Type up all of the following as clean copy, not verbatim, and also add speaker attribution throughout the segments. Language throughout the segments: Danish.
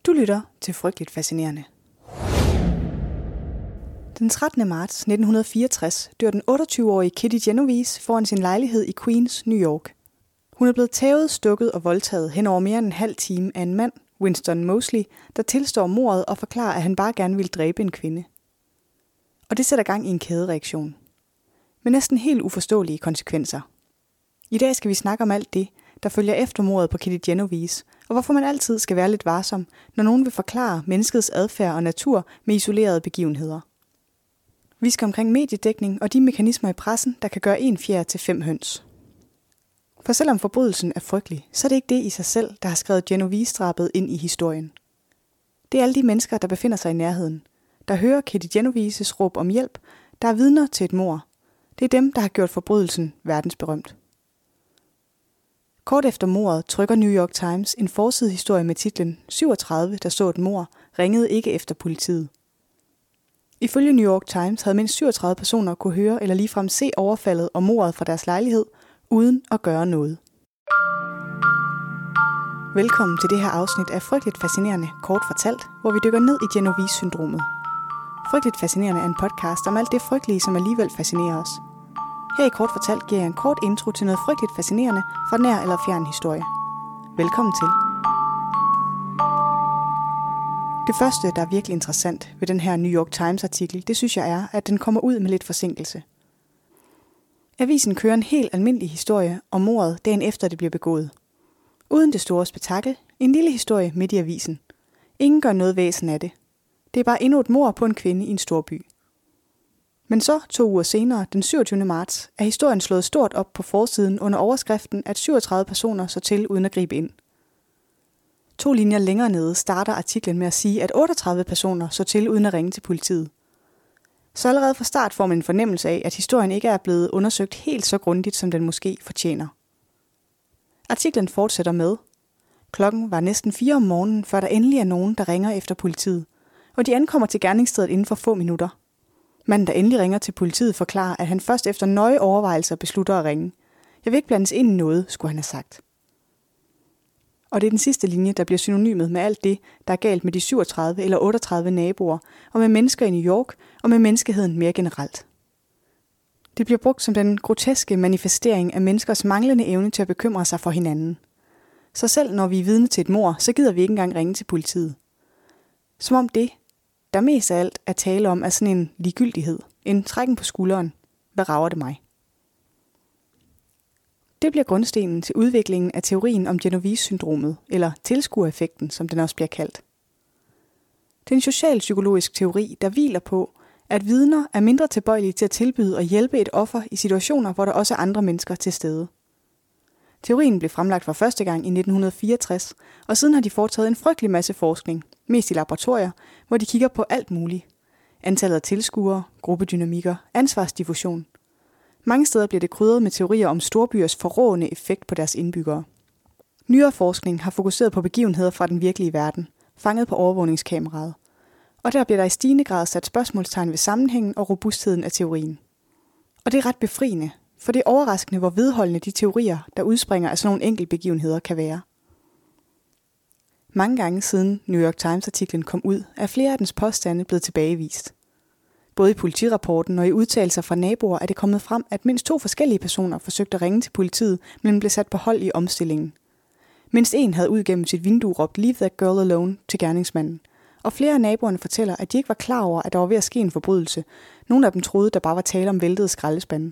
Speaker 1: Du lytter til Frygteligt Fascinerende. Den 13. marts 1964 dør den 28-årige Kitty Genovese foran sin lejlighed i Queens, New York. Hun er blevet tævet, stukket og voldtaget hen over mere end en halv time af en mand, Winston Moseley, der tilstår mordet og forklarer, at han bare gerne vil dræbe en kvinde. Og det sætter gang i en kædereaktion. Med næsten helt uforståelige konsekvenser. I dag skal vi snakke om alt det, der følger efter mordet på Kitty Genovese, og hvorfor man altid skal være lidt varsom, når nogen vil forklare menneskets adfærd og natur med isolerede begivenheder. Vi skal omkring mediedækning og de mekanismer i pressen, der kan gøre en fjer til 5 høns. For selvom forbrydelsen er frygtelig, så er det ikke det i sig selv, der har skrevet Genovese-drabet ind i historien. Det er alle de mennesker, der befinder sig i nærheden, der hører Kitty Genoveses råb om hjælp, der er vidner til et mord. Det er dem, der har gjort forbrydelsen verdensberømt. Kort efter mordet trykker New York Times en forsidehistorie med titlen 37, der så et mord, ringede ikke efter politiet. Ifølge New York Times havde mindst 37 personer kunne høre eller ligefrem se overfaldet og mordet fra deres lejlighed, uden at gøre noget. Velkommen til det her afsnit af Frygteligt Fascinerende, kort fortalt, hvor vi dykker ned i Genovese-syndromet. Frygteligt Fascinerende er en podcast om alt det frygtelige, som alligevel fascinerer os. Her i Kort Fortalt giver jeg en kort intro til noget frygteligt fascinerende fra nær eller fjern historie. Velkommen til. Det første, der er virkelig interessant ved den her New York Times artikel, det synes jeg er, at den kommer ud med lidt forsinkelse. Avisen kører en helt almindelig historie om mordet dagen efter det bliver begået. Uden det store spektakel, en lille historie midt i avisen. Ingen gør noget væsen af det. Det er bare endnu et mord på en kvinde i en stor by. Men så 2 uger senere, den 27. marts, er historien slået stort op på forsiden under overskriften, at 37 personer så til uden at gribe ind. 2 linjer længere nede starter artiklen med at sige, at 38 personer så til uden at ringe til politiet. Så allerede fra start får man en fornemmelse af, at historien ikke er blevet undersøgt helt så grundigt, som den måske fortjener. Artiklen fortsætter med: klokken var næsten 4 om morgenen, før der endelig er nogen, der ringer efter politiet, og de ankommer til gerningsstedet inden for få minutter. Manden, der endelig ringer til politiet, forklarer, at han først efter nøje overvejelser beslutter at ringe. Jeg vil ikke blandes ind i noget, skulle han have sagt. Og det er den sidste linje, der bliver synonymet med alt det, der er galt med de 37 eller 38 naboer, og med mennesker i New York, og med menneskeheden mere generelt. Det bliver brugt som den groteske manifestering af menneskers manglende evne til at bekymre sig for hinanden. Så selv når vi er vidne til et mord, så gider vi ikke engang ringe til politiet. Som om det, der mest af alt er tale om, er sådan en ligegyldighed, en trækken på skulderen. Hvad rager det mig? Det bliver grundstenen til udviklingen af teorien om Genovese-syndromet, eller tilskuereffekten, som den også bliver kaldt. Det er en socialpsykologisk teori, der hviler på, at vidner er mindre tilbøjelige til at tilbyde og hjælpe et offer i situationer, hvor der også er andre mennesker til stede. Teorien blev fremlagt for første gang i 1964, og siden har de foretaget en frygtelig masse forskning, mest i laboratorier, hvor de kigger på alt muligt. Antallet af tilskuere, gruppedynamikker, ansvarsdiffusion. Mange steder bliver det krydret med teorier om storbyers forrådende effekt på deres indbyggere. Nyere forskning har fokuseret på begivenheder fra den virkelige verden, fanget på overvågningskameraet. Og der bliver der i stigende grad sat spørgsmålstegn ved sammenhængen og robustheden af teorien. Og det er ret befriende, for det er overraskende, hvor vedholdende de teorier, der udspringer af sådan nogle enkeltbegivenheder, kan være. Mange gange siden New York Times-artiklen kom ud, er flere af dens påstande blevet tilbagevist. Både i politirapporten og i udtalelser fra naboer er det kommet frem, at mindst 2 forskellige personer forsøgte at ringe til politiet, men blev sat på hold i omstillingen. Mindst en havde ud gennem sit vindue råbt "Leave that girl alone" til gerningsmanden. Og flere af naboerne fortæller, at de ikke var klar over, at der var ved at ske en forbrydelse. Nogle af dem troede, der bare var tale om væltede skraldespande.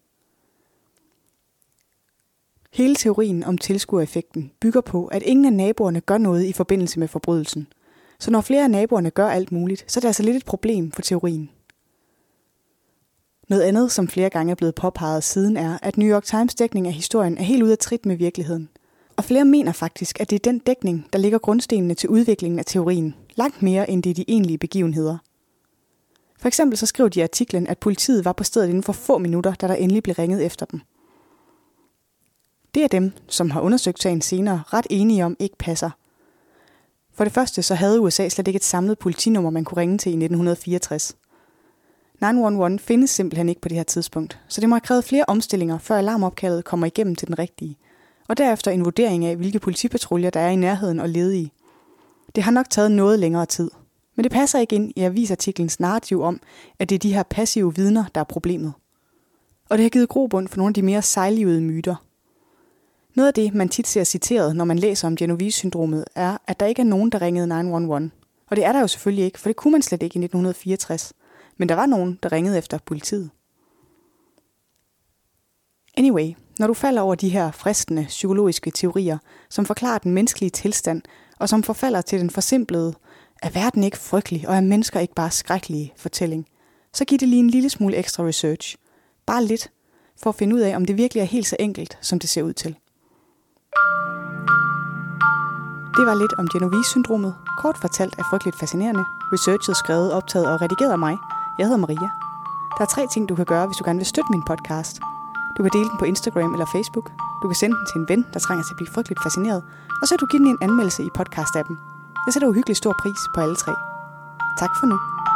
Speaker 1: Hele teorien om tilskuereffekten bygger på, at ingen af naboerne gør noget i forbindelse med forbrydelsen. Så når flere af naboerne gør alt muligt, så er det altså lidt et problem for teorien. Noget andet, som flere gange er blevet påpeget siden, er, at New York Times dækning af historien er helt ude af trit med virkeligheden. Og flere mener faktisk, at det er den dækning, der ligger grundstenene til udviklingen af teorien, langt mere end det er de egentlige begivenheder. For eksempel så skriver de i artiklen, at politiet var på stedet inden for få minutter, da der endelig blev ringet efter dem. Det er dem, som har undersøgt sagen senere, ret enige om ikke passer. For det første så havde USA slet ikke et samlet politinummer, man kunne ringe til i 1964. 911 findes simpelthen ikke på det her tidspunkt, så det må have krævet flere omstillinger, før alarmopkaldet kommer igennem til den rigtige, og derefter en vurdering af, hvilke politipatruljer der er i nærheden og ledige. Det har nok taget noget længere tid, men det passer ikke ind i avisartiklens narrativ om, at det er de her passive vidner, der er problemet. Og det har givet grobund for nogle af de mere sejlivede myter. Noget af det, man tit ser citeret, når man læser om Genovese-syndromet, er, at der ikke er nogen, der ringede 911. Og det er der jo selvfølgelig ikke, for det kunne man slet ikke i 1964. Men der var nogen, der ringede efter politiet. Anyway, når du falder over de her fristende psykologiske teorier, som forklarer den menneskelige tilstand, og som forfalder til den forsimplede, er verden ikke frygtelig, og er mennesker ikke bare skrækkelige fortælling, så giv det lige en lille smule ekstra research. Bare lidt, for at finde ud af, om det virkelig er helt så enkelt, som det ser ud til. Det var lidt om Genovese-syndromet, kort fortalt er frygteligt fascinerende, researchet skrevet, optaget og redigeret af mig. Jeg hedder Maria. Der er 3 ting, du kan gøre, hvis du gerne vil støtte min podcast. Du kan dele den på Instagram eller Facebook. Du kan sende den til en ven, der trænger til at blive frygteligt fascineret. Og så kan du give den en anmeldelse i podcast-appen. Jeg sætter uhyggelig stor pris på alle 3. Tak for nu.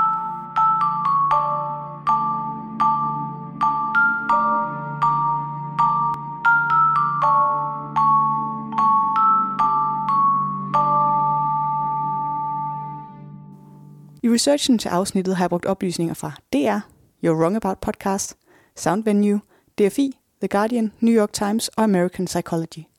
Speaker 1: I researchen til afsnittet har jeg brugt oplysninger fra DR, You're Wrong About Podcast, Sound Venue, DFI, The Guardian, New York Times og American Psychology.